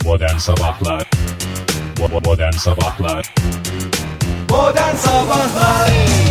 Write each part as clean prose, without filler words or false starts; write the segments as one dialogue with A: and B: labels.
A: Modern Sabahlar. Modern Sabahlar.
B: Modern Sabahlar.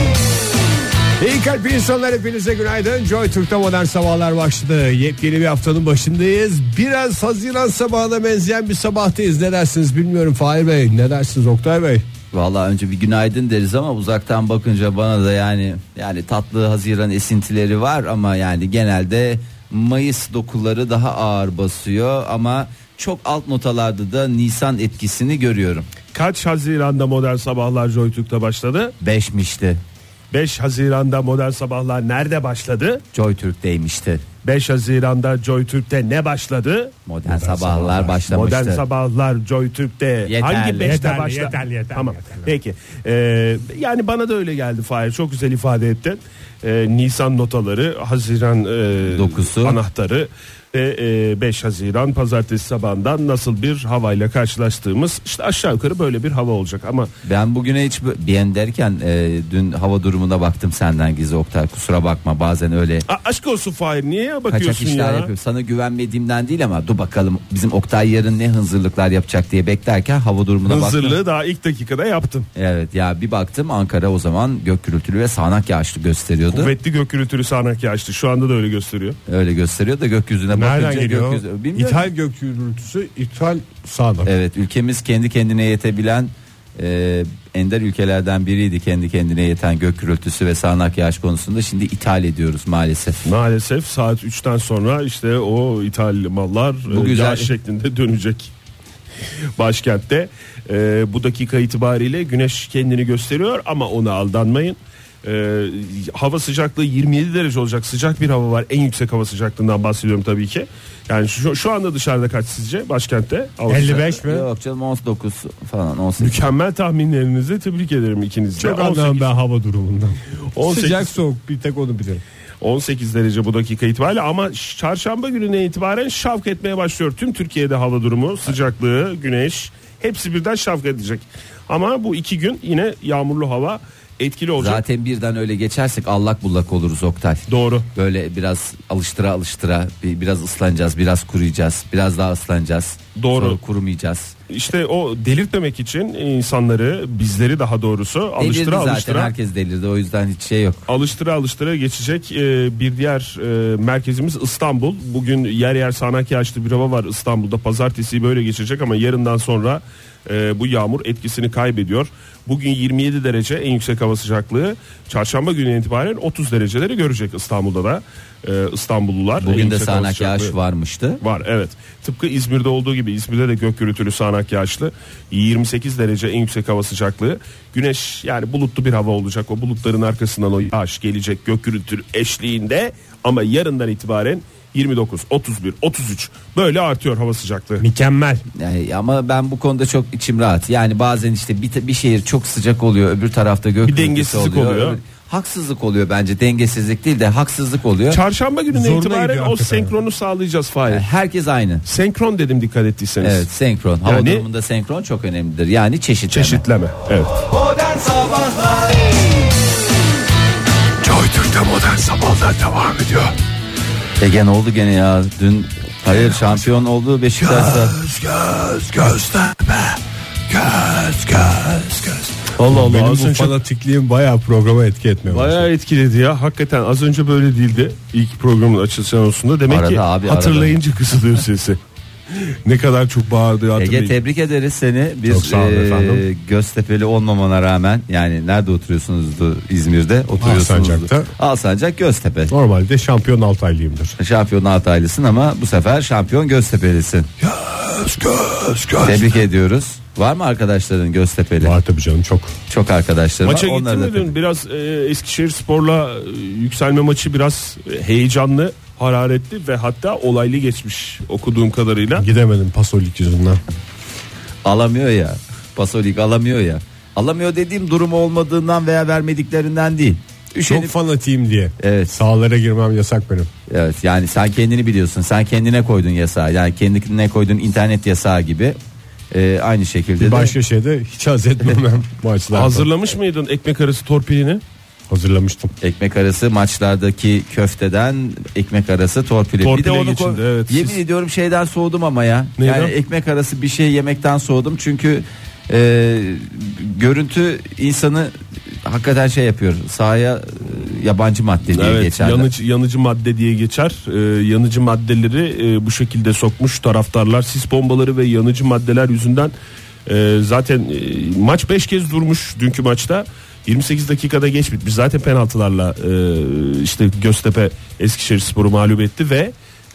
C: İyi kalp insanlar, hepinize günaydın. Joy Türk'te Modern Sabahlar başladı. Yepyeni bir haftanın başındayız. Biraz Haziran sabahına benzeyen bir sabahtayız. Ne dersiniz bilmiyorum Fahir Bey. Ne dersiniz Oktay Bey?
D: Vallahi önce bir günaydın deriz ama uzaktan bakınca bana da yani tatlı Haziran esintileri var ama yani genelde Mayıs dokuları daha ağır basıyor ama çok alt notalarda da Nisan etkisini görüyorum.
E: Kaç Haziran'da Modern Sabahlar Joy Türk'te başladı?
D: 5'mişti.
E: 5 Haziran'da Modern Sabahlar nerede başladı?
D: Joy Türk'teymişti.
E: 5 Haziran'da Joy Türk'te ne başladı?
D: Modern Sabahlar başlamıştı.
E: Modern Sabahlar Joy Türk'te hangi 5'te başladı?
C: Yeter.
E: Tamam. Peki. Yani bana da öyle geldi Fahir. Çok güzel ifade ettin. Nisan notaları, Haziran
D: dokusu,
E: anahtarı ve 5 Haziran pazartesi sabahından nasıl bir havayla karşılaştığımız, işte aşağı yukarı böyle bir hava olacak. Ama
D: ben bugüne hiç ben derken dün hava durumuna baktım senden gizli Oktay, kusura bakma bazen öyle.
E: Aşk olsun Fahir, niye bakıyorsun
D: kaçak işler
E: ya?
D: Yapıyorum. Sana güvenmediğimden değil ama dur bakalım bizim Oktay yarın ne hınzırlıklar yapacak diye beklerken hava durumuna baktım.
E: Hınzırlığı daha ilk dakikada yaptım.
D: Evet ya, bir baktım Ankara o zaman gök gürültülü ve sağanak yağışlı gösteriyordu.
E: Kuvvetli gök gürültülü sağanak yağışlı, şu anda da öyle gösteriyor.
D: Öyle gösteriyor da gökyüzüne
C: nereden
D: bakınca
C: geliyor? İthal gök gürültüsü, ithal sağanak.
D: Evet, ülkemiz kendi kendine yetebilen ender ülkelerden biriydi, kendi kendine yeten gök gürültüsü ve sağanak yağış konusunda. Şimdi ithal ediyoruz maalesef.
E: Maalesef saat 3'ten sonra işte o ithal mallar yağış şeklinde dönecek başkentte. Bu dakika itibariyle güneş kendini gösteriyor ama ona aldanmayın. Hava sıcaklığı 27 derece olacak, sıcak bir hava var. En yüksek hava sıcaklığından bahsediyorum tabii ki. Yani şu anda dışarıda kaç sizce başkentte?
C: 55 mi?
D: Yok canım, 19 falan, 18.
E: Mükemmel tahminlerinizi tebrik ederim ikiniz de.
C: Çok anlamam ben hava durumundan.
E: 18.
C: Sıcak soğuk bir tek onu bilirim.
E: 18 derece bu dakika itibariyle ama çarşamba gününe itibaren şavk etmeye başlıyor. Tüm Türkiye'de hava durumu, sıcaklığı, güneş hepsi birden şavk edecek. Ama bu 2 gün yine yağmurlu hava etkili olacak.
D: Zaten birden öyle geçersek allak bullak oluruz Oktay.
E: Doğru.
D: Böyle biraz alıştıra biraz ıslanacağız, biraz kuruyacağız, biraz daha ıslanacağız.
E: Doğru.
D: Sonra kurumayacağız.
E: İşte o delirtmemek için insanları, bizleri daha doğrusu alıştıra
D: zaten herkes delirdi, o yüzden hiç şey yok.
E: Alıştıra geçecek bir diğer merkezimiz İstanbul. Bugün yer yer sağanak yağışlı bir hava var İstanbul'da. Pazartesi böyle geçecek ama yarından sonra bu yağmur etkisini kaybediyor. Bugün 27 derece en yüksek hava sıcaklığı. Çarşamba günü itibaren 30 dereceleri görecek İstanbul'da da İstanbullular.
D: Bugün de sağanak yağış varmıştı.
E: Var, evet. Tıpkı İzmir'de olduğu gibi İzmir'de de gök gürültülü sağanak yağışlı. 28 derece en yüksek hava sıcaklığı. Güneş, yani bulutlu bir hava olacak. O bulutların arkasından o yağış gelecek gök gürültülü eşliğinde ama yarından itibaren 29, 31, 33 böyle artıyor hava sıcaklığı.
C: Mükemmel.
D: Yani, ama ben bu konuda çok içim rahat. Yani bazen işte bir şehir çok sıcak oluyor, öbür tarafta gök
E: bir dengesizlik oluyor.
D: Haksızlık oluyor bence, dengesizlik değil de haksızlık oluyor.
E: Çarşamba gününe
C: Zoruna
E: itibaren
C: gidiyor
E: o
C: hakikaten.
E: senkronu sağlayacağız Fahir.
D: Herkes aynı.
E: Senkron dedim, dikkat ettiyseniz.
D: Evet, senkron. Hava
E: Yani-
D: durumunda senkron çok önemlidir. Yani çeşitleme.
E: Evet.
B: Modern Sabahlar.
E: Joy Türk'te Modern Sabahlar devam ediyor.
D: Ege ne oldu gene ya? Dün şampiyon oldu Beşiktaş'ta.
E: Allah Allah.
C: Benim
E: Az
C: bu
E: önce
C: fanatikliğim bayağı programa etki etmiyor.
E: bayağı etkiledi ya. Hakikaten az önce böyle değildi. İlk programın açılış anonsunda. Demek
D: Arada
E: ki
D: abi,
E: hatırlayınca kısılıyor sesi. Ne kadar çok bağırdığı hatırlayın.
D: Ege, tebrik ederiz seni. Biz
C: Çok sağ olun efendim.
D: Göztepe'li olmamana rağmen, yani nerede oturuyorsunuzdu? İzmir'de oturuyorsunuz.
C: Alsancak'ta.
D: Alsancak, Göztepe.
C: Normalde şampiyon Altaylıyımdır.
D: Şampiyon Altaylısın ama bu sefer şampiyon Göztepe'lisin.
E: Göz.
D: Tebrik ediyoruz. Var mı arkadaşların Göztepe'li?
C: Var tabii canım, çok.
D: Çok arkadaşlarım
E: Maça
D: var.
E: gittin
D: Onları
E: mi
D: da
E: dün? Biraz Eskişehir Spor'la yükselme maçı biraz heyecanlı, hararetli ve hatta olaylı geçmiş okuduğum kadarıyla.
C: Gidemedim Pasolik yüzünden.
D: alamıyor ya. Pasolik alamıyor ya. Alamıyor dediğim durumu olmadığından veya vermediklerinden değil.
C: Çok fanatiyim diye.
D: Evet.
C: Sahalara girmem yasak benim.
D: Evet, yani sen kendini biliyorsun. Sen kendine koydun yasağı. Yani kendine koydun internet yasağı gibi. Aynı şekilde
C: Bir başka şeyde hiç haz etmem maçlarda.
E: Hazırlamış mıydın ekmek arası torpilini?
C: Hazırlamıştım.
D: Ekmek arası maçlardaki köfteden ekmek arası torpili. Bir de
E: Torpile
D: onu
E: geçildi, evet.
D: yemin ediyorum şeyden soğudum ama ya.
E: Neyden?
D: Yani ekmek arası bir şey yemekten soğudum çünkü görüntü insanı hakikaten şey yapıyor. Sahaya yabancı madde diye
E: Evet,
D: geçerler.
E: yanıcı madde diye geçer. Yanıcı maddeleri bu şekilde sokmuş taraftarlar. Sis bombaları ve yanıcı maddeler yüzünden zaten maç 5 kez durmuş dünkü maçta. 28 dakikada geç bitmiş. Zaten penaltılarla işte Göztepe Eskişehirspor'u mağlup etti ve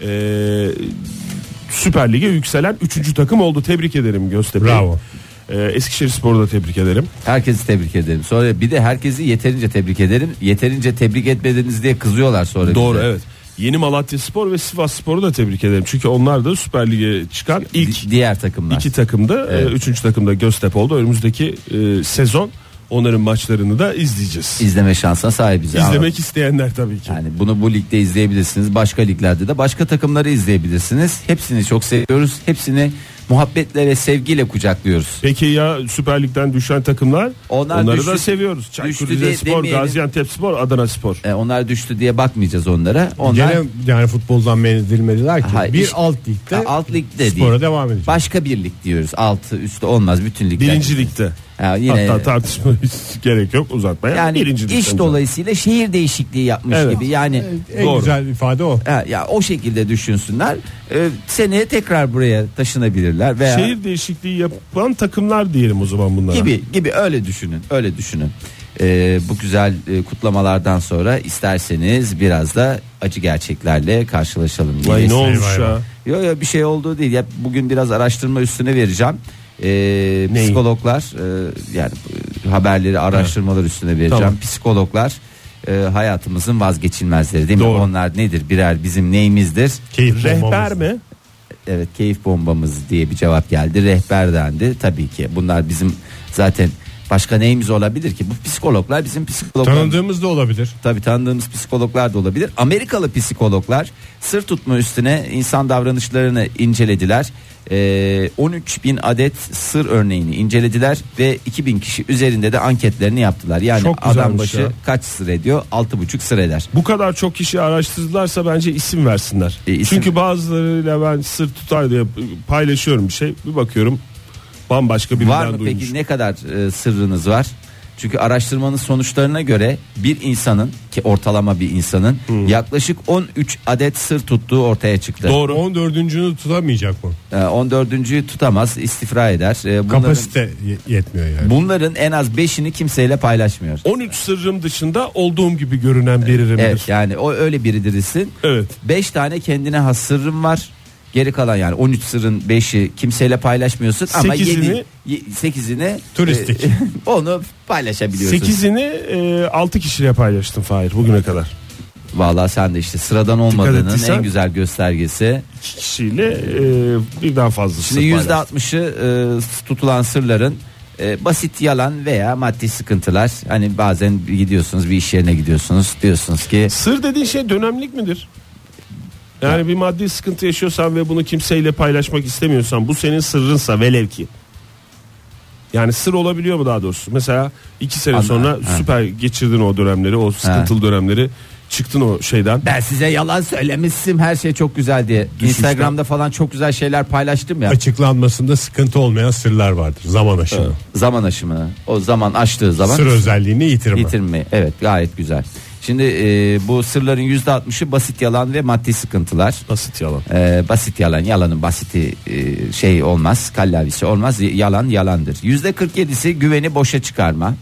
E: Süper Lig'e yükselen 3. takım oldu. Tebrik ederim Göztepe'yi.
C: Bravo.
E: Eskişehirspor'u da tebrik ederim.
D: Herkesi tebrik ederim. Sonra bir de herkesi yeterince tebrik ederim. Yeterince tebrik etmediniz diye kızıyorlar sonra.
E: Doğru,
D: bize.
E: evet. Yeni Malatyaspor ve Sivasspor'u da tebrik ederim. Çünkü onlar da Süper Lig'e çıkan ilk
D: diğer takımlar.
E: 2 takımda,
D: Evet.
E: 3. takımda Göztepe oldu. Önümüzdeki sezon onların maçlarını da izleyeceğiz.
D: İzleme şansına sahibiz.
E: İzlemek isteyenler tabii ki.
D: Yani bunu bu ligde izleyebilirsiniz. Başka liglerde de başka takımları izleyebilirsiniz. Hepsini çok seviyoruz. Hepsini muhabbetle ve sevgiyle kucaklıyoruz.
E: Peki ya Süper Lig'den düşen takımlar? Onları
D: düştü,
E: da seviyoruz. Çaykur
D: düştü diye
E: Rizespor,
D: demeyelim.
E: Gaziantepspor, Adanaspor.
D: Onlar düştü diye bakmayacağız onlara. Onlar
C: Gene yani futboldan men edilmediler ki.
D: Hayır,
C: bir
D: işte-
C: alt ligde
D: alt ligde
C: spora
D: değil.
C: devam edecek.
D: Başka bir lig diyoruz. Altı üstü olmaz bütün ligler.
E: Birinci Lig'de.
D: Yine
E: Hatta tartışmaya hiç gerek yok, uzatmaya.
D: yani
E: Birinci Lig'den
D: iş dolayısıyla şehir değişikliği yapmış
E: Evet.
D: gibi. Yani
C: En
E: Doğru.
C: güzel ifade o.
D: ya o şekilde düşünsünler. Seneye tekrar buraya taşınabilirler veya
E: Şehir değişikliği yapan takımlar diyelim o zaman bunlara.
D: gibi öyle düşünün. Bu güzel kutlamalardan sonra isterseniz biraz da acı gerçeklerle karşılaşalım.
E: Vay, ne olmuş
C: Eyvah,
E: ya?
D: eyvah. Yok bir şey olduğu değil. Ya bugün biraz araştırma üstüne vereceğim. Psikologlar yani haberleri, araştırmalar üstüne vereceğim.
E: Tamam.
D: Psikologlar hayatımızın vazgeçilmezleri değil mi?
E: Doğru.
D: Onlar nedir? Birer bizim neyimizdir?
C: Keyif
E: Rehber
C: bombamız.
E: mi?
D: Evet, keyif bombamız diye bir cevap geldi. Rehber dendi. Tabii ki bunlar bizim zaten başka neyimiz olabilir ki? Bu psikologlar bizim psikologlar.
C: Tanıdığımız da olabilir.
D: Tabii tanıdığımız psikologlar da olabilir. Amerikalı psikologlar sır tutma üstüne insan davranışlarını incelediler. 13.000 adet sır örneğini incelediler ve 2.000 kişi üzerinde de anketlerini yaptılar. Yani
E: Çok güzelmiş
D: adam başı
E: ya.
D: kaç sır ediyor? 6,5 sır eder.
E: Bu kadar çok kişi araştırdılarsa bence isim versinler.
D: İsim.
E: Çünkü bazılarıyla ben sır tutar diye paylaşıyorum bir şey. Bir bakıyorum bambaşka birinden
D: Var mı
E: duymuş.
D: peki ne kadar sırrınız var? Çünkü araştırmanın sonuçlarına göre bir insanın ki ortalama bir insanın yaklaşık 13 adet sır tuttuğu ortaya çıktı.
E: Doğru.
C: 14'üncünü tutamayacak mı?
D: 14'üncüyü tutamaz, istifra eder.
C: Kapasite yetmiyor yani.
D: Bunların en az 5'ini kimseyle paylaşmıyor.
E: 13 sırrım dışında olduğum gibi görünen biridir.
D: Evet, yani o öyle biridirsin.
E: Evet.
D: 5 tane kendine has sırrım var. Geri kalan yani 13 sırrın 5'i kimseyle paylaşmıyorsun ama 8'ini
C: Turistik.
D: onu paylaşabiliyorsun.
E: 8'ini 6 kişiyle paylaştım Fahir bugüne kadar.
D: Vallahi sen de işte sıradan olmadığının
E: ettiysen-
D: en güzel göstergesi.
E: 2 kişiyle birden fazla sır
D: Şimdi
E: paylaştım.
D: %60'ı tutulan sırların basit yalan veya maddi sıkıntılar. Hani bazen gidiyorsunuz bir iş yerine gidiyorsunuz diyorsunuz ki
E: Sır dediğin şey dönemlik midir? Yani bir maddi sıkıntı yaşıyorsan ve bunu kimseyle paylaşmak istemiyorsan, bu senin sırrınsa velev ki. Yani sır olabiliyor mu daha doğrusu? Mesela 2 sene
D: Anladım.
E: sonra
D: Ha.
E: süper geçirdin o dönemleri, o sıkıntılı dönemleri, çıktın o şeyden.
D: ben size yalan söylemiştim her şey çok güzel diye. Instagram'da falan çok güzel şeyler paylaştım ya.
C: Açıklanmasında sıkıntı olmayan sırlar vardır. Zaman aşımı.
D: Zaman aşımı. O zaman aştığı zaman
C: Sır özelliğini yitirme.
D: yitirme. Evet, gayet güzel. Şimdi bu sırların %60'ı basit yalan ve maddi sıkıntılar.
E: Basit yalan.
D: Basit yalan, yalanın basiti şey olmaz, kallavisi olmaz, yalan yalandır. %47'si güveni boşa çıkarma.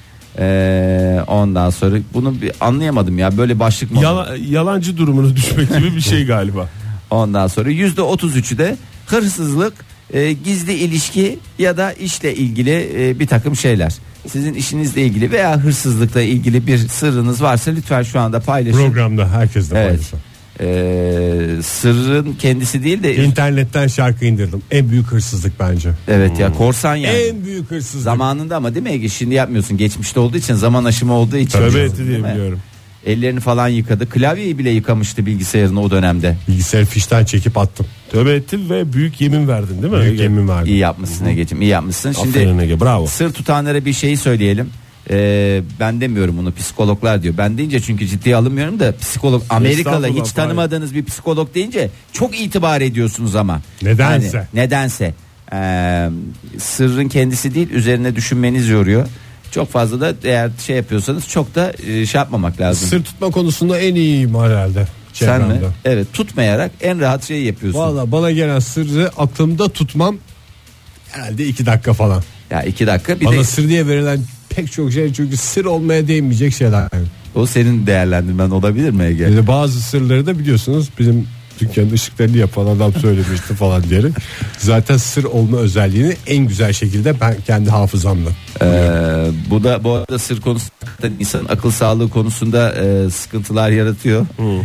D: Ondan sonra bunu bir anlayamadım ya, böyle başlık mı?
E: Yalancı durumuna düşmek gibi bir şey galiba.
D: Ondan sonra %33'ü de hırsızlık, gizli ilişki ya da işle ilgili bir takım şeyler. Sizin işinizle ilgili veya hırsızlıkla ilgili bir sırrınız varsa lütfen şu anda paylaşın.
C: Programda herkes de
D: Evet.
C: paylaşsın.
D: Sırrın kendisi değil de
C: İnternetten şarkı indirdim. En büyük hırsızlık bence.
D: evet ya, korsan yani.
C: En büyük hırsızlık.
D: Zamanında ama değil mi Ege? Şimdi yapmıyorsun. Geçmişte olduğu için, zaman aşımı olduğu için.
E: Tövbe
D: Değil
E: etti diye
D: mi?
E: biliyorum.
D: Ellerini falan yıkadı. Klavyeyi bile yıkamıştı bilgisayarını o dönemde.
C: Bilgisayarı fişten çekip attım.
E: Tövbe ettin ve büyük yemin verdin değil mi?
C: Büyük
E: Ege?
C: yemin verdim.
D: İyi yapmışsın Ege'ciğim, iyi yapmışsın.
E: Aferin
D: Şimdi
E: Ege, bravo.
D: sır tutanlara bir şeyi söyleyelim. ben demiyorum bunu, psikologlar diyor. Ben deyince çünkü ciddiye alınmıyorum da psikolog, Amerikalı hiç tanımadığınız bir psikolog deyince çok itibar ediyorsunuz ama.
C: Nedense.
D: Yani, nedense. Sırrın kendisi değil, üzerine düşünmeniz yoruyor. Çok fazla da eğer şey yapıyorsanız çok da şey yapmamak lazım.
C: Sır tutma konusunda en iyiyim herhalde.
D: Sen mi? Evet, tutmayarak en rahat şeyi yapıyorsun.
C: Valla bana gelen sırrı aklımda tutmam herhalde 2 dakika falan.
D: Ya 2 dakika.
C: Bana sır diye verilen pek çok şey çünkü sır olmaya değmeyecek şeyler.
D: O senin değerlendirmen olabilir mi Ege?
C: Yani bazı sırları da biliyorsunuz bizim dükkanın ışıklarını yapan adam söylemişti falan diyerek. Zaten sır olma özelliğini en güzel şekilde ben kendi hafızamla.
D: Bu arada sır konusu insanın akıl sağlığı konusunda sıkıntılar yaratıyor.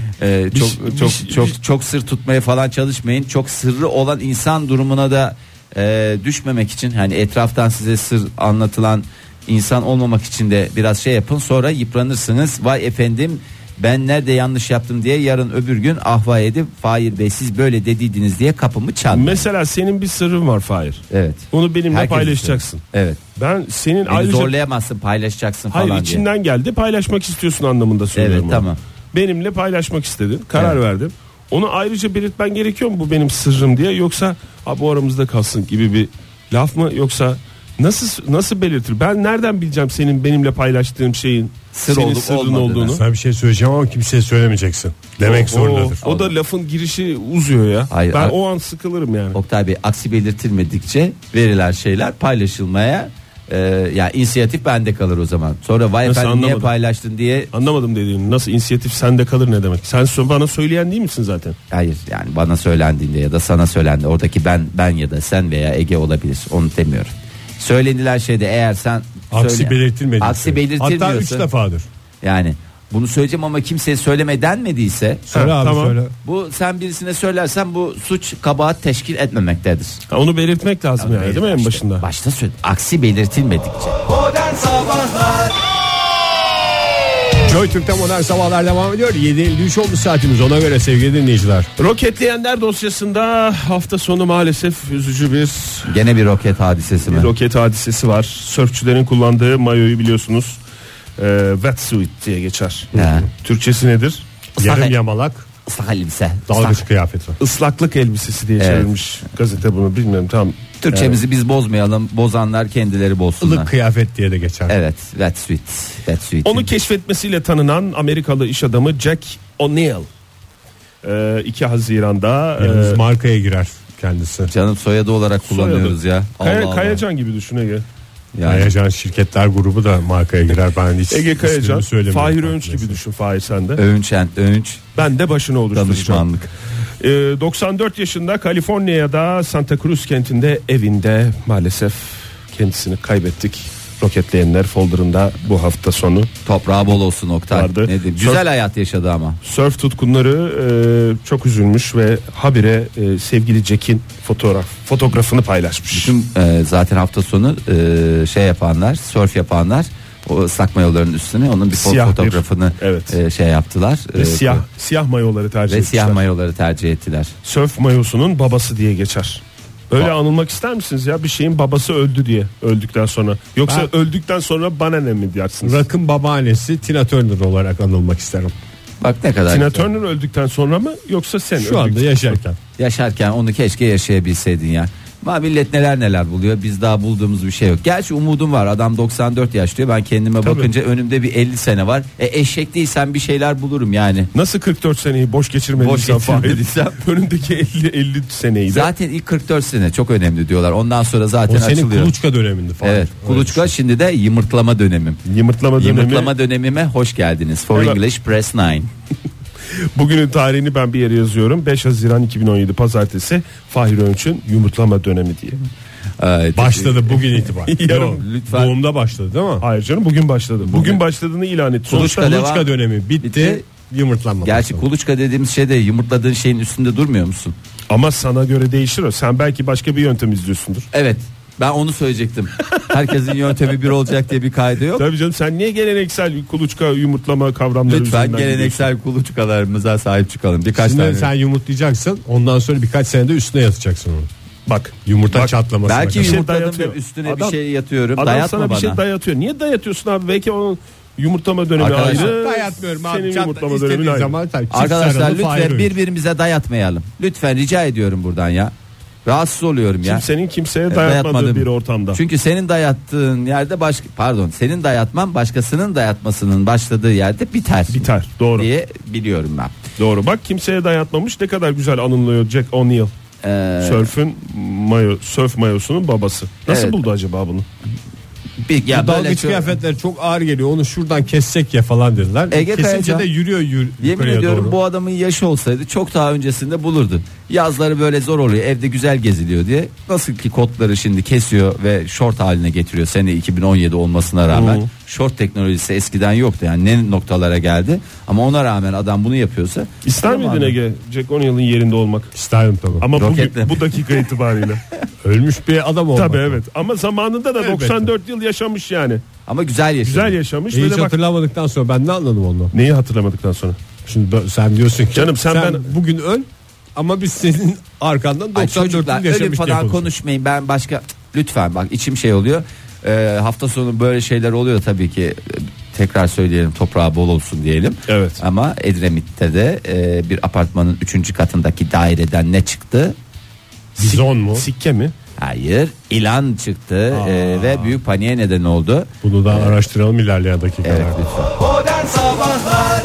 D: Çok sır tutmaya falan çalışmayın. Çok sırrı olan insan durumuna da düşmemek için, hani etraftan size sır anlatılan insan olmamak için de biraz şey yapın, sonra yıpranırsınız. Vay efendim, ben nerede yanlış yaptım diye yarın öbür gün ahva edip Fahir Bey siz böyle dediydiniz diye kapımı çalmayın.
E: Mesela senin bir sırrın var Fahir.
D: Evet.
E: Onu benimle
D: Herkes
E: paylaşacaksın.
D: Evet.
E: Ben senin
D: beni
E: ayrıca
D: zorlayamazsın, paylaşacaksın falan diye.
E: Hayır, içinden geldi, paylaşmak istiyorsun anlamında söylüyorum.
D: Evet, tamam.
E: Benimle paylaşmak istedin, karar verdim. Onu ayrıca belirtmen gerekiyor mu, bu benim sırrım diye, yoksa bu aramızda kalsın gibi bir laf mı, yoksa nasıl belirtir? Ben nereden bileceğim senin benimle paylaştığım şeyin senin sırrın olduğunu?
C: Sana bir şey söyleyeceğim ama kimseye söylemeyeceksin demek zorundadır.
E: O da lafın girişi uzuyor ya.
D: Hayır,
E: ben o an sıkılırım yani.
D: Oktay Bey, aksi belirtilmedikçe verilen şeyler paylaşılmaya yani inisiyatif bende kalır o zaman. Sonra vay efendim niye paylaştın diye.
E: Anlamadım dediğini. Nasıl inisiyatif sende kalır ne demek? Sen bana söyleyen değil misin zaten?
D: Hayır, yani bana söylendiğinde ya da sana söylendi, oradaki ben ya da sen veya Ege olabilir, onu demiyorum. Söylenilen şeyde eğer sen
C: aksi belirtilmediyse.
D: Aksi belirtilmiyorsa.
C: Hatta 3 defadır.
D: Yani bunu söyleyeceğim ama kimseye söyleme denmediyse.
C: Söyle abi,
E: tamam.
C: Söyle.
D: Bu sen birisine söylersen bu suç, kabahat teşkil etmemektedir.
E: Onu belirtmek lazım yani değil mi en başında?
D: Başta söyle, aksi belirtilmedikçe.
B: Modern Sabahlar.
C: Joy Türk'te Modern Sabahlar devam ediyor. 7.53 oldu saatimiz, ona göre sevgili dinleyiciler.
E: Roketleyenler dosyasında hafta sonu maalesef üzücü
D: Gene bir roket hadisesi mi?
E: Bir roket hadisesi var. Sörfçülerin kullandığı mayoyu biliyorsunuz. Wetsuit diye geçer. Türkçesi nedir?
C: Yarım yamalak
D: Islak elbise.
C: dalgıç kıyafeti.
E: Islaklık elbisesi diye çevirmiş gazete bunu, bilmiyorum tam.
D: Türkçemizi biz bozmayalım, bozanlar kendileri bozsunlar.
C: Ilık kıyafet diye de geçer.
D: Evet, wetsuit.
E: Onu keşfetmesiyle tanınan Amerikalı iş adamı Jack O'Neill 2 Haziran'da
C: Yalnız markaya girer kendisi.
D: Canım, soyadı olarak kullanıyoruz ya.
E: Kayacan gibi düşün Ege.
D: Yani.
C: Kayacan şirketler grubu da markaya girer. Ben hiç
E: Ege Kayacan, Fahir Öğünç
C: mesela.
E: gibi düşün Fahir sen de.
D: Öğünç.
E: Ben de başını oluşturacağım.
D: Danışmanlık.
E: 94 yaşında Kaliforniya'da Santa Cruz kentinde evinde maalesef kendisini kaybettik. Roketleyenler folderında bu hafta sonu.
D: Toprağı bol olsun Oktay.
E: Vardı.
D: Güzel hayat yaşadı ama.
E: Sörf tutkunları çok üzülmüş ve habire sevgili Jack'in fotoğrafını paylaşmış.
D: Bütün zaten hafta sonu şey yapanlar, sörf yapanlar o ıslak mayoların üstüne onun bir fotoğrafını şey yaptılar.
E: Ve siyah mayoları tercih ettiler.
D: Siyah mayoları tercih ettiler.
E: Sörf mayosunun babası diye geçer. Öyle anılmak ister misiniz ya, bir şeyin babası öldü diye, öldükten sonra? Yoksa öldükten sonra bana ne mi dersiniz?
C: Rock'ın babaannesi Tina Turner olarak anılmak isterim.
D: Bak ne kadar
E: Tina
D: güzel.
E: Turner öldükten sonra mı, yoksa sen
C: Şu anda yaşarken
D: onu keşke yaşayabilseydin ya. Ama millet neler buluyor, biz daha bulduğumuz bir şey yok. Gerçi umudum var, adam 94 yaş diyor, ben kendime bakınca önümde bir 50 sene var. Eşek değilsem bir şeyler bulurum yani.
E: Nasıl 44 seneyi boş geçirmediysem önündeki 50 seneyi de.
D: Zaten ilk 44 sene çok önemli diyorlar, ondan sonra zaten açılıyor.
C: O senin kuluçka döneminde falan.
D: Evet, kuluçka, şimdi de yımırtlama dönemim. Yımırtlama dönemime hoş geldiniz. For English Press 9.
E: Bugünün tarihini ben bir yere yazıyorum. 5 Haziran 2017 Pazartesi, Fahir Öğünç'ün yumurtlama dönemi diye.
C: Başladı bugün itibariyle.
E: Yarın
D: lütfen.
C: Doğumda başladı değil mi?
E: Hayır canım, bugün başladı. Bugün başladığını ilan etti.
C: Kuluçka dönemi bitti. Yumurtlanma.
D: Gerçi kuluçka dediğimiz şey de yumurtladığın şeyin üstünde durmuyor musun?
E: Ama sana göre değişir o. Sen belki başka bir yöntem izliyorsundur.
D: Evet. Ben onu söyleyecektim. Herkesin yöntemi bir olacak diye bir kaydı yok.
E: Tabii canım, sen niye geleneksel kuluçka yumurtlama kavramları
D: lütfen geleneksel kuluçkalarımıza sahip çıkalım.
C: Sen yumurtlayacaksın, ondan sonra birkaç senede üstüne yatacaksın onu.
E: Bak
C: Yumurta çatlaması.
D: Belki
E: Bir şey
D: yumurtadım
E: dayatıyor.
D: ve üstüne
E: Adam-
D: bir şey yatıyorum.
E: Adam
D: Dayatma
E: sana
D: bana.
E: bir şey dayatıyor. Niye dayatıyorsun abi? Belki onun yumurtlama dönemi
D: Arkadaşlar,
E: ayrı.
C: Dayatmıyorum abi.
E: Senin
C: Çatla,
E: yumurtlama
C: istediğin
E: dönemin ayrı.
C: zaman tabii, çift
D: Arkadaşlar
C: sarılı
D: lütfen
C: Fahir
D: birbirimize dayatmayalım. Lütfen rica ediyorum buradan ya. Rahatsız oluyorum ya.
E: Kimsenin kimseye dayatmadığı
D: Dayatmadım.
E: bir ortamda.
D: Çünkü senin dayattığın yerde senin dayatman başkasının dayatmasının başladığı yerde biter.
E: Biter. Doğru.
D: Diye biliyorum ben.
E: Doğru. Bak kimseye dayatmamış. Ne kadar güzel anılıyor Jack O'Neill. Sörf mayosunun babası. Nasıl
D: Evet.
E: buldu acaba bunu?
D: Bir, ya
C: Bu
D: böyle
C: dalgıç
D: çok-
C: kıyafetleri çok ağır geliyor. Onu şuradan kessek ya falan dediler.
D: Ege
C: Kesince
D: Kayacan,
C: de yürüyor
D: Yemin
C: yukarıya
D: ediyorum
C: doğru.
D: bu adamın yaşı olsaydı çok daha öncesinde bulurdu. Yazları böyle zor oluyor, evde güzel geziliyor diye. Nasıl ki kotları şimdi kesiyor ve short haline getiriyor sene 2017 olmasına rağmen. Short teknolojisi eskiden yoktu, yani ne noktalara geldi. Ama ona rağmen adam bunu yapıyorsa.
E: İster
D: tamam
E: miydin
D: abi.
E: Ege Jack O'Neill'in yerinde olmak?
C: İsterim tabii.
E: Ama
D: Roketle.
E: bugün, bu dakika itibariyle.
C: Ölmüş bir adam olmak.
E: Tabii evet. Ama zamanında da
C: Elbette.
E: 94 yıl yaşamış yani.
D: Ama güzel yaşıyor.
E: Güzel yaşamış.
C: Hiç
E: Ve de bak,
C: hatırlamadıktan sonra ben ne anladım ondan?
E: neyi hatırlamadıktan sonra?
C: Şimdi sen diyorsun ki
E: Canım sen
C: bugün öl ama biz senin arkandan
D: Ay
C: 94
D: çocuklar
C: yıl
D: ölüm
C: yaşamış diye
D: falan
C: konuşuyoruz.
D: konuşmayın, ben başka lütfen bak içim şey oluyor. Hafta sonu böyle şeyler oluyor tabii ki, tekrar söyleyelim, toprağı bol olsun diyelim.
E: Evet.
D: Ama Edremit'te de bir apartmanın 3. katındaki daireden ne çıktı?
C: Bizon mu?
E: Sikke mi?
D: Hayır, ilan çıktı ve büyük paniğe neden oldu.
C: Bunu da araştıralım ilerleyen dakikalarda.
D: Evet lütfen.
B: Modern Sabahlar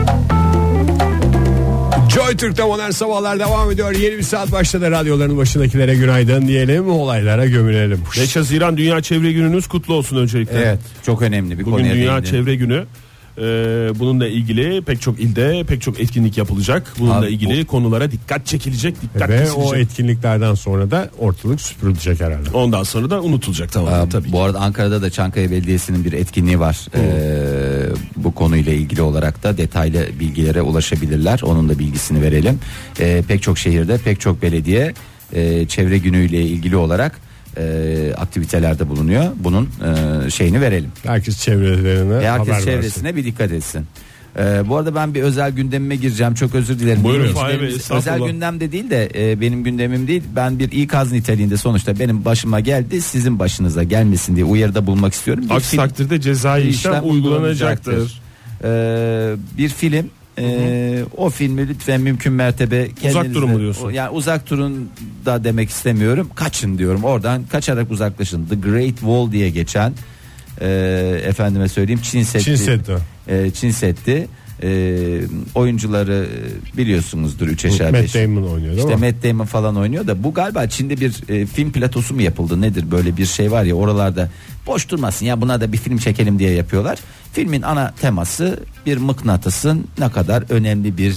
C: Joy Türk'te modern sabahlar devam ediyor. Yeni bir saat başladı. Radyoların başındakilere günaydın diyelim. Olaylara gömülelim.
E: 5 Haziran Dünya Çevre Gününüz kutlu olsun öncelikle.
D: Evet, çok önemli bir
E: Bugün
D: konuya
E: Dünya
D: değindin.
E: Çevre Günü. Bununla ilgili pek çok ilde pek çok etkinlik yapılacak. Bununla
D: Abi,
E: ilgili konulara dikkat çekilecek, dikkat
C: Ve
E: kesilecek.
C: o etkinliklerden sonra da ortalık süpürülecek herhalde.
E: Ondan sonra da unutulacak tamamen tabii.
D: Bu arada Ankara'da da Çankaya Belediyesi'nin bir etkinliği var. Bu konuyla ilgili olarak da detaylı bilgilere ulaşabilirler. Onun da bilgisini verelim. Pek çok şehirde pek çok belediye çevre günüyle ilgili olarak aktivitelerde bulunuyor. Bunun şeyini verelim.
C: Herkes çevrelerine
D: Ve herkes
C: haber
D: çevresine
C: versin.
D: bir dikkat etsin. Bu arada ben bir özel gündemime gireceğim. Çok özür dilerim.
E: Buyurun
D: Dinleyicilerimiz-
E: Fahir Bey, estağfurullah.
D: özel gündemde değil de benim gündemim değil. Ben bir ikaz niteliğinde, sonuçta benim başıma geldi, sizin başınıza gelmesin diye uyarıda bulunmak istiyorum. Bir
E: Aksi
D: film-
E: takdirde cezai işlem uygulanacaktır.
D: Bir film. O filmi lütfen mümkün mertebe kendinizde,
E: durun mu diyorsun?
D: Yani uzak durun da demek istemiyorum. Kaçın diyorum. Oradan kaçarak uzaklaşın. The Great Wall diye geçen efendime söyleyeyim Çin Seddi. Çin Seddi. Oyuncuları biliyorsunuzdur 3 aşağı 5.
C: Matt Damon oynuyor değil
D: İşte
C: mi?
D: Matt Damon falan oynuyor da bu galiba Çin'de bir film platosu mu yapıldı, nedir, böyle bir şey var ya oralarda, boş durmasın ya buna da bir film çekelim diye yapıyorlar. Filmin ana teması bir mıknatısın ne kadar önemli bir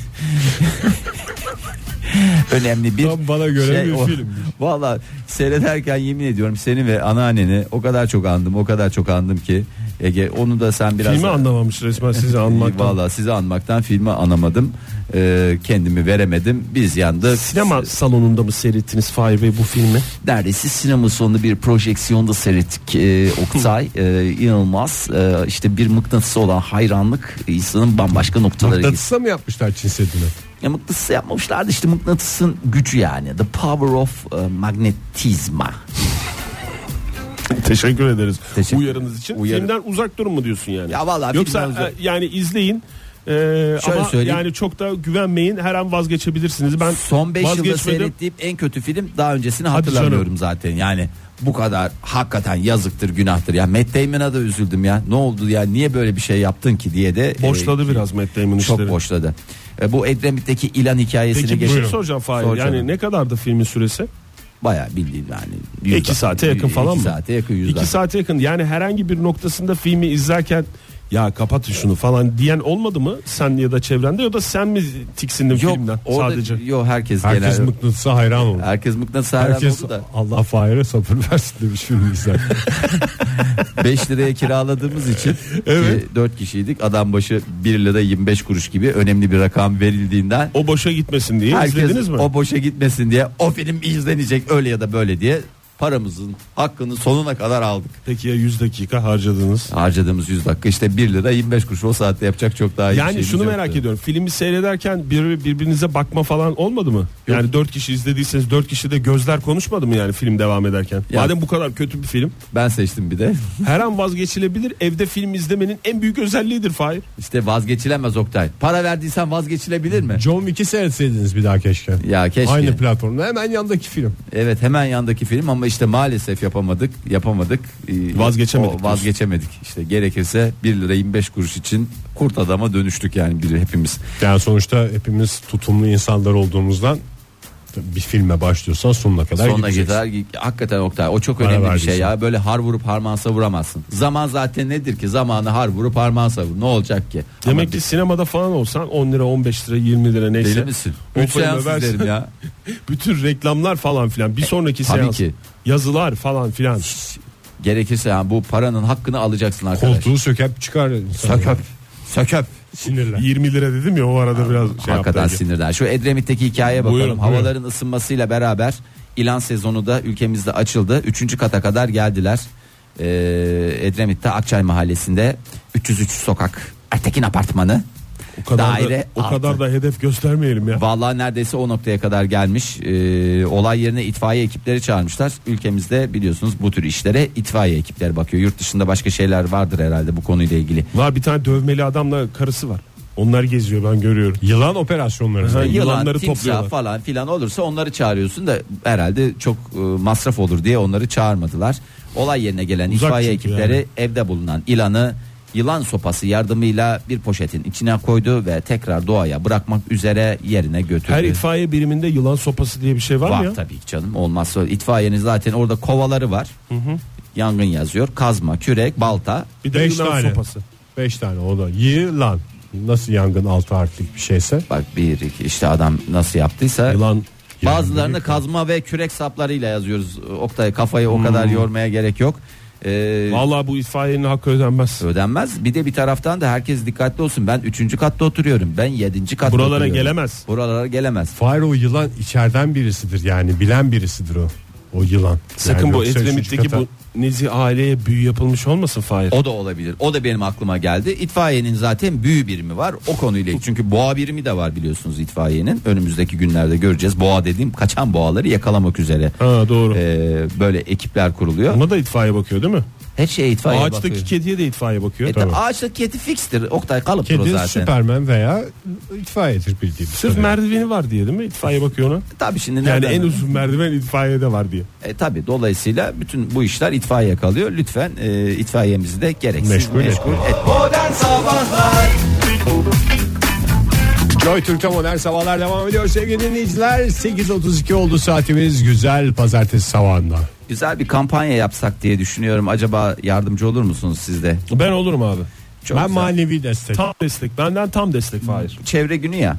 D: önemli bir
C: Tam bana göre bir film.
D: Valla seyrederken yemin ediyorum seni ve anneanneni o kadar çok andım ki Ege, onu da sen biraz
E: Filmi anlamamış resmen sizi anmaktan.
D: Valla sizi anmaktan filmi anlamadım. Kendimi veremedim. Biz yandık.
E: Sinema salonunda mı seyrettiniz Fahir Bey bu filmi?
D: Neredeyse sinema sonunda bir projeksiyonda seyrettik Oktay. İnanılmaz. İşte bir mıknatısı olan hayranlık insanın bambaşka noktalara gidiyor.
C: Mıknatısla mı yapmışlar Çin Seddi'ni?
D: Ya mıknatısı yapmamışlardı, işte mıknatısın gücü yani. The power of magnetizma.
E: Teşekkür ederiz.
D: Teşekkür-
E: Uyarınız için.
D: Uyarı-
E: Filmden uzak durun mu diyorsun yani?
D: Ya vallahi
E: Yoksa
D: filmden uzak-
E: yani izleyin. Ama
D: söyleyeyim.
E: yani çok da güvenmeyin, her an vazgeçebilirsiniz. Ben
D: Son 5 yılda
E: vazgeçmedim.
D: seyrettiğim en kötü film, daha öncesini hatırlamıyorum zaten. Yani bu kadar hakikaten yazıktır, günahtır. Ya Matt Damon'a da üzüldüm ya. Ne oldu ya, niye böyle bir şey yaptın ki diye de
E: Boşladı biraz Matt Damon
D: çok
E: işleri.
D: boşladı. Bu Edremit'teki ilan hikayesini
E: Peki bir şey
D: geçelim.
E: soracağım Fahir.
D: Sor
E: Yani
D: canım.
E: ne kadardı filmin süresi?
D: Bayağı bildiğin yani.
E: 2 saate yakın falan mı?
D: 2 saate yakın
E: 2 saate yakın. Yani herhangi bir noktasında filmi izlerken ya kapatın şunu falan diyen olmadı mı sen ya da çevrende, ya da sen mi tiksindin filmden sadece?
D: Yok, herkes
C: Herkes
D: genel.
C: mıknatısa hayran oldu.
D: Herkes mıknatıs hayran
C: Herkes
D: oldu da.
C: Allah Fahir'e sabır versin demiş filmi izlerken.
D: 5 liraya kiraladığımız için
E: Evet.
D: 4 kişiydik. Adam başı 1 lira 25 kuruş gibi önemli bir rakam verildiğinden
E: O boşa gitmesin diye
D: herkes
E: izlediniz mi?
D: o boşa gitmesin diye, o film izlenecek öyle ya da böyle diye paramızın hakkını sonuna kadar aldık.
E: Peki ya 100 dakika harcadınız?
D: Harcadığımız 100 dakika işte 1 lira 25 kuruş, o saatte yapacak çok daha iyi
E: yani
D: bir şeyimiz
E: şunu
D: yoktu.
E: merak ediyorum, filmi seyrederken birbirinize bakma falan olmadı mı? Yani 4 kişi izlediyseniz 4 kişi de gözler konuşmadı mı yani film devam ederken?
D: Ya,
E: madem bu kadar kötü bir film.
D: Ben seçtim bir de.
E: Her an vazgeçilebilir, evde film izlemenin en büyük özelliğidir Fahir.
D: İşte vazgeçilemez Oktay. Para verdiysen vazgeçilebilir mi?
C: John Wick'i seyretseydiniz bir daha keşke.
D: Ya keşke.
C: Aynı platformda hemen yandaki film.
D: Evet, hemen yandaki film ama işte maalesef yapamadık. Vazgeçemedik. İşte gerekirse 1 lira 25 kuruş için kurt adama dönüştük yani hepimiz.
C: Yani sonuçta hepimiz tutumlu insanlar olduğumuzdan bir filme başlıyorsan sonuna kadar gideceksin.
D: Hakikaten Oktay, o çok önemli bir şey ya. Böyle har vurup harman savuramazsın. Zaman zaten nedir ki? Zamanı har vurup harman savur. Ne olacak ki?
E: Demek ki sinemada falan olsan 10 lira 15 lira 20 lira neyse.
D: Deli misin? 3 seans izlerim ya.
E: Bütün reklamlar falan filan, bir sonraki
D: tabii
E: seans
D: ki.
E: Yazılar falan filan.
D: Gerekirse yani bu paranın hakkını alacaksın arkadaş.
C: Koltuğu söküp çıkar.
D: Söküp.
C: Sinirler.
E: 20 lira dedim ya, o arada biraz
D: Hakikaten sinirden. Şu Edremit'teki hikayeye bakalım.
E: Buyurun.
D: Havaların ısınmasıyla beraber ilan sezonu da ülkemizde açıldı. 3. kata kadar geldiler. Edremit'te Akçay Mahallesi'nde 303 sokak Ertekin Apartmanı.
E: O kadar da hedef göstermeyelim ya.
D: Vallahi neredeyse o noktaya kadar gelmiş. Olay yerine itfaiye ekipleri çağırmışlar. Ülkemizde biliyorsunuz bu tür işlere itfaiye ekipleri bakıyor. Yurt dışında başka şeyler vardır herhalde bu konuyla ilgili.
E: Var, bir tane dövmeli adamla karısı var. Onlar geziyor, ben görüyorum.
C: Yılan operasyonları.
D: Yılan, timsah falan filan olursa onları çağırıyorsun da herhalde çok masraf olur diye onları çağırmadılar. Olay yerine gelen itfaiye ekipleri yani evde bulunan yılan sopası yardımıyla bir poşetin içine koydu ve tekrar doğaya bırakmak üzere yerine götürdü.
E: Her itfaiye biriminde yılan sopası diye bir şey var mı ya?
D: Tabii ki canım, olmazsa itfaiyenin zaten orada kovaları var. Yangın yazıyor, kazma, kürek, balta.
E: Bir de yılan sopası.
C: 5 tane o da yılan. Nasıl yangın 6 harflik bir şeyse.
D: Bak 1 2 işte adam nasıl yaptıysa.
E: Yılan.
D: Bazılarını kazma ve kürek saplarıyla yazıyoruz. Oktay, kafayı o kadar yormaya gerek yok.
E: Vallahi bu itfaiyenin hakkı ödenmez.
D: Bir de bir taraftan da herkes dikkatli olsun. Ben 3. katta oturuyorum. Ben 7. katta
E: Buralara
D: oturuyorum. Buralara gelemez.
C: Fahir, o yılan içeriden birisidir yani, bilen birisidir o yılan.
E: Sakın
C: yani
E: bu Edremit'teki bu nezih aileye büyü yapılmış olmasın Fahir?
D: O da olabilir. O da benim aklıma geldi. İtfaiyenin zaten büyü birimi var o konuyla. Çünkü boğa birimi de var biliyorsunuz itfaiyenin. Önümüzdeki günlerde göreceğiz. Boğa dediğim kaçan boğaları yakalamak üzere.
E: Ha, doğru.
D: Böyle ekipler kuruluyor.
E: Ona da itfaiye bakıyor değil mi?
D: Her şeye itfaiye
E: bakıyor. Ağaçtaki kediye de itfaiye bakıyor.
D: Ağaçtaki kedi fikstir. Oktay, kalıptır
C: kedi
D: o zaten.
C: Kedi Süpermen veya itfaiyedir bildiğim.
E: Sırf merdiveni var diye değil mi itfaiye bakıyor ona?
D: Tabii şimdi
E: yani en uzun merdiven itfaiyede var diye.
D: Tabii, dolayısıyla bütün bu işler itfaiye kalıyor. Lütfen itfaiyemizi de gereksiz meşgul etmeyin.
B: Modern Sabahlar.
C: Joy Türk'te modern sabahlar devam ediyor sevgili dinleyiciler. 8.32 oldu saatimiz, güzel pazartesi sabahında.
D: Güzel bir kampanya yapsak diye düşünüyorum. Acaba yardımcı olur musunuz siz de?
E: Ben olurum abi.
C: Çok ben güzel. Manevi destek.
E: Tam destek. Benden tam destek Fahir.
D: Çevre günü ya.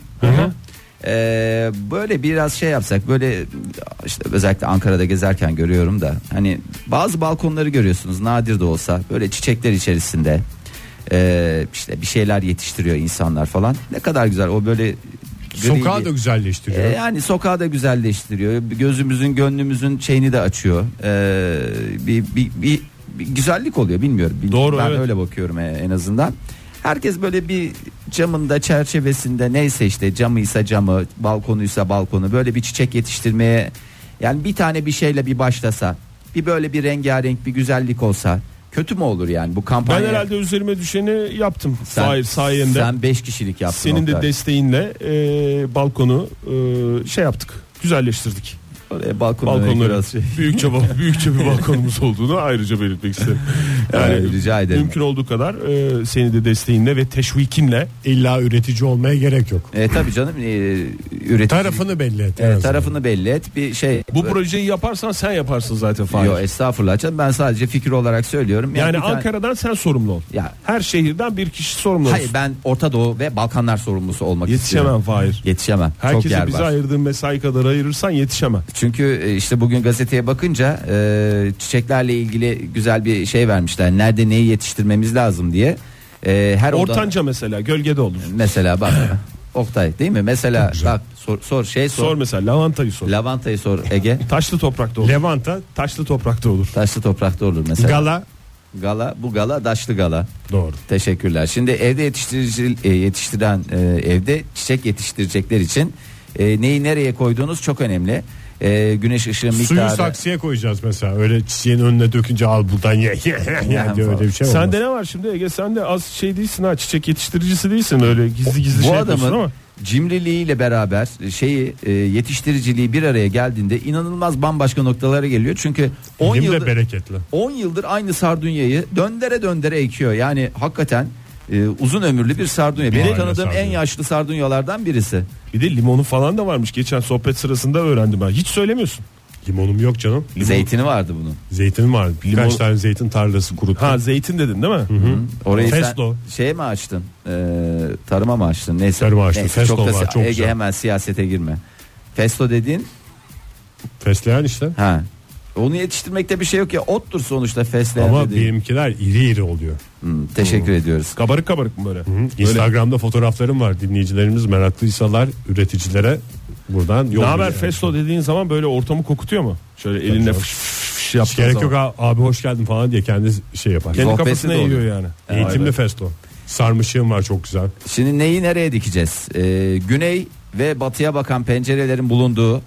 D: Böyle biraz şey yapsak, böyle işte özellikle Ankara'da gezerken görüyorum da, hani bazı balkonları görüyorsunuz, nadir de olsa, böyle çiçekler içerisinde işte bir şeyler yetiştiriyor insanlar falan. Ne kadar güzel o, böyle
C: sokağı da güzelleştiriyor.
D: Yani sokağı da güzelleştiriyor. Gözümüzün, gönlümüzün şeyini de açıyor. Bir güzellik oluyor, bilmiyorum.
E: Doğru,
D: ben
E: evet.
D: Öyle bakıyorum en azından. Herkes böyle bir camında, çerçevesinde, neyse işte camıysa camı, balkonuysa balkonu, böyle bir çiçek yetiştirmeye, yani bir tane bir şeyle bir başlasa, bir böyle bir rengarenk bir güzellik olsa kötü mü olur yani bu kampanya?
E: Ben herhalde üzerime düşeni yaptım. Sayende.
D: Sen 5 kişilik yaptın.
E: Senin de desteğinle balkonu şey yaptık, güzelleştirdik. Balkonları büyükçe bir balkonumuz olduğunu ayrıca belirtmek isterim. Yani
D: rica ederim.
E: Mümkün olduğu kadar seni de desteğinle ve teşvikinle.
C: İlla üretici olmaya gerek yok.
D: Tabii canım, üretici
C: tarafını belli et.
D: Tarafını belli et, bir şey.
E: Bu projeyi yaparsan sen yaparsın zaten Fahir.
D: Yok estağfurullah canım, ben sadece fikir olarak söylüyorum.
E: Yani Ankara'dan sen sorumlu ol. Ya her şehirden bir kişi sorumlu olsun.
D: Hayır, ben Orta Doğu ve Balkanlar sorumlusu olmak istiyorum.
E: Yetişemem Fahir.
D: Yetişemem.
E: Herkese bize ayırdığın mesai kadar ayırırsan yetişemem.
D: Çünkü işte bugün gazeteye bakınca çiçeklerle ilgili güzel bir şey vermişler. Nerede neyi yetiştirmemiz lazım diye.
E: Ortanca mesela gölgede olur.
D: Mesela bak. Oktay değil mi? Mesela bak sor.
E: Sor mesela lavantayı sor.
D: Lavantayı sor Ege.
E: Taşlı toprakta olur.
C: Lavanta
E: Taşlı toprakta olur.
D: Taşlı toprakta olur mesela.
C: Gala.
D: Bu gala daşlı gala.
C: Doğru.
D: Teşekkürler. Şimdi evde yetiştiren evde çiçek yetiştirecekler için neyi nereye koyduğunuz çok önemli. Güneş ışığı miktarı.
C: Suyu saksıya koyacağız mesela. Öyle çiçeğin önüne dökünce al buradan ye. Yani öyle bir şey olmaz.
E: Sende ne var şimdi Ege? Sen de az şey değilsin ha. Çiçek yetiştiricisi değilsin. Öyle gizli şey yapıyorsun ama.
D: Cimriliğiyle beraber yetiştiriciliği bir araya geldiğinde inanılmaz bambaşka noktalara geliyor. Çünkü 10 yıldır aynı sardunyayı döndere ekiyor. Yani hakikaten uzun ömürlü bir sardunya. Benim tanıdığım en yaşlı sardunyalardan birisi.
E: Bir de limonu falan da varmış. Geçen sohbet sırasında öğrendim ben. Hiç söylemiyorsun.
C: Limonum yok canım.
D: Zeytini vardı bunun.
C: Zeytin vardı. Birkaç tane zeytin tarlası kuruttum.
E: Ha zeytin dedin değil mi?
C: Hı.
D: Orayı
C: Festo.
D: Sen mi açtın? Tarıma mı açtın? Neyse.
C: Tarıma açtım. Festo
D: çok
C: var. Çok
D: Ege
C: güzel.
D: hemen siyasete girme. Festo dediğin?
C: Fesleğen işte.
D: Ha. Onu yetiştirmekte bir şey yok ya. Ottur sonuçta fesleğen
C: ama
D: dediğin.
C: benimkiler iri oluyor.
D: Teşekkür ediyoruz.
E: Kabarık mı böyle?
C: Instagram'da fotoğraflarım var. Dinleyicilerimiz meraklıysalar üreticilere buradan yol.
E: Ne haber Festo dediğin zaman böyle ortamı kokutuyor mu? Şöyle elinle fış yaptığı
C: gerek
E: zaman.
C: yok abi hoş geldin falan diye kendi şey yapar.
E: Kendi
D: Sohbeti
E: kafasına
D: de oluyor.
E: yiyor yani.
C: Eğitimli Festo. Sarmışığım var çok güzel.
D: Şimdi neyi nereye dikeceğiz? Güney ve batıya bakan pencerelerin bulunduğu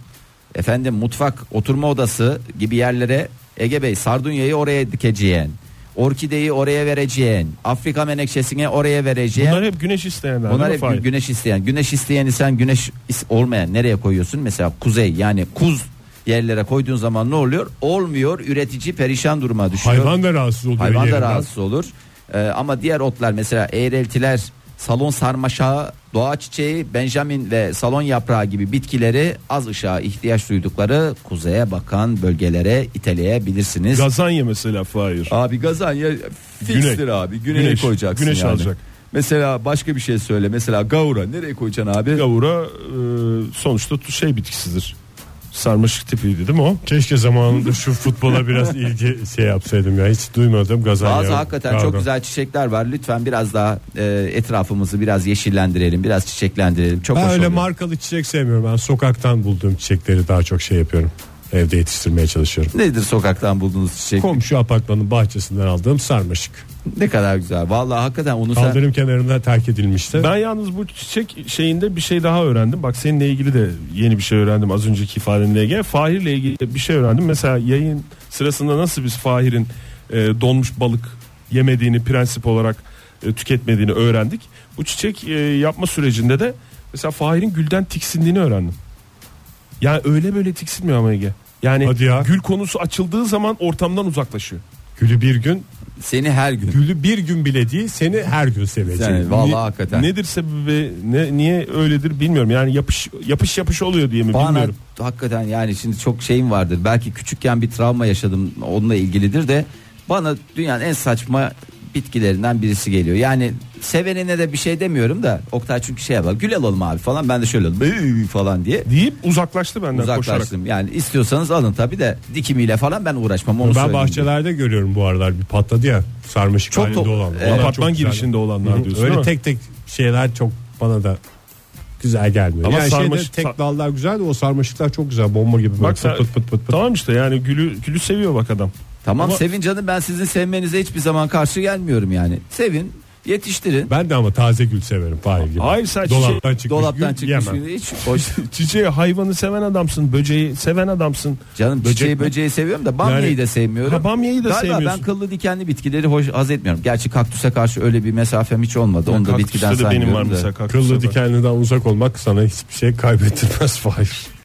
D: mutfak, oturma odası gibi yerlere Ege Bey sardunyayı oraya dikeceğin. Orkideyi oraya vereceğin. Afrika menekşesini oraya vereceğin.
E: Bunlar hep güneş isteyenler.
D: Bunlar hep güneş isteyen. Güneş isteyeni sen güneş olmayan nereye koyuyorsun? Mesela kuzey yani kuz yerlere koyduğun zaman ne oluyor? Olmuyor. Üretici perişan duruma düşüyor.
C: Hayvan da rahatsız oluyor.
D: Hayvan da rahatsız olur. Ama diğer otlar mesela eğreltiler, salon sarmaşağı, doğa çiçeği, benjamin ve salon yaprağı gibi bitkileri az ışığa ihtiyaç duydukları kuzeye bakan bölgelere iteleyebilirsiniz.
E: Gazanya mesela Fahir.
D: Abi gazanya fikstir abi. Güneye koyacaksın
E: güneş
D: yani.
E: alacak.
D: Mesela başka bir şey söyle. Mesela gavura nereye koyacaksın abi?
E: Gavura sonuçta bitkisidir. Sarmaşık tipiydi değil mi o?
C: Keşke zamanında şu futbola biraz ilgi yapsaydım ya. Hiç duymadım gazanya.
D: Bazı hakikaten çok güzel çiçekler var. Lütfen biraz daha etrafımızı biraz yeşillendirelim, biraz çiçeklendirelim. Çok
C: ben
D: hoş
C: öyle
D: oluyor.
C: markalı çiçek sevmiyorum. Ben sokaktan bulduğum çiçekleri daha çok yapıyorum. Evde yetiştirmeye çalışıyorum.
D: Nedir sokaktan bulduğunuz çiçek?
C: Komşu apartmanın bahçesinden aldığım sarmaşık.
D: Ne kadar güzel. Vallahi hakikaten onu
C: kaldırım kenarında terk edilmişti.
E: Ben yalnız bu çiçek şeyinde bir şey daha öğrendim. Bak seninle ilgili de yeni bir şey öğrendim az önceki ifadenle ilgili. Fahir'le ilgili bir şey öğrendim. Mesela yayın sırasında nasıl biz Fahir'in donmuş balık yemediğini prensip olarak tüketmediğini öğrendik. Bu çiçek yapma sürecinde de mesela Fahir'in gülden tiksindiğini öğrendim. Yani öyle böyle tiksinmiyor ama Ege. Yani gül konusu açıldığı zaman ortamdan uzaklaşıyor.
C: Gülü bir gün
D: seni her gün.
C: Gülü bir gün bile değil seni her gün sevecek.
D: Yani vallahi hakikaten.
E: Nedir sebebi niye öyledir bilmiyorum. Yani yapış oluyor diye mi bilmiyorum.
D: Hakikaten yani şimdi çok şeyim vardır. Belki küçükken bir travma yaşadım onunla ilgilidir de bana dünyanın en saçma bitkilerinden birisi geliyor. Yani sevenine de bir şey demiyorum da Oktay çünkü yapar. Gül alalım abi falan ben de şöyle alalım falan diye.
E: Deyip uzaklaştı benden
D: Uzaklaştım.
E: Koşarak.
D: Yani istiyorsanız alın tabi de dikimiyle falan ben uğraşmam onu
C: ben bahçelerde görüyorum bu aralar bir patladı ya sarmaşık
D: çok
C: halinde olan.
E: Apartman girişinde olanlar diyorsun.
C: Öyle tek şeyler çok bana da güzel gelmiyor.
E: Ama
C: yani tek dallar güzel de o sarmaşıklar çok güzel bomba gibi.
E: Bak pıt. Tamam işte yani gülü seviyor bak adam.
D: Tamam ama sevin canım ben sizin sevmenize hiçbir zaman karşı gelmiyorum yani. Sevin yetiştirin.
C: Ben de ama taze gül severim.
E: Hayır sen
C: dolaptan çıkmış
D: gül hiç hoş.
E: Çiçeği hayvanı seven adamsın. Böceği seven adamsın.
D: Canım böceği seviyorum da bamyayı da sevmiyorum.
E: Ha, bamyayı da
D: galiba
E: sevmiyorsun.
D: ben kıllı dikenli bitkileri haz etmiyorum. Gerçi kaktüse karşı öyle bir mesafem hiç olmadı. Onu da bitkiden saymıyorum da.
C: Kıllı dikenliden uzak olmak sana hiçbir şey kaybettirmez. Hayır.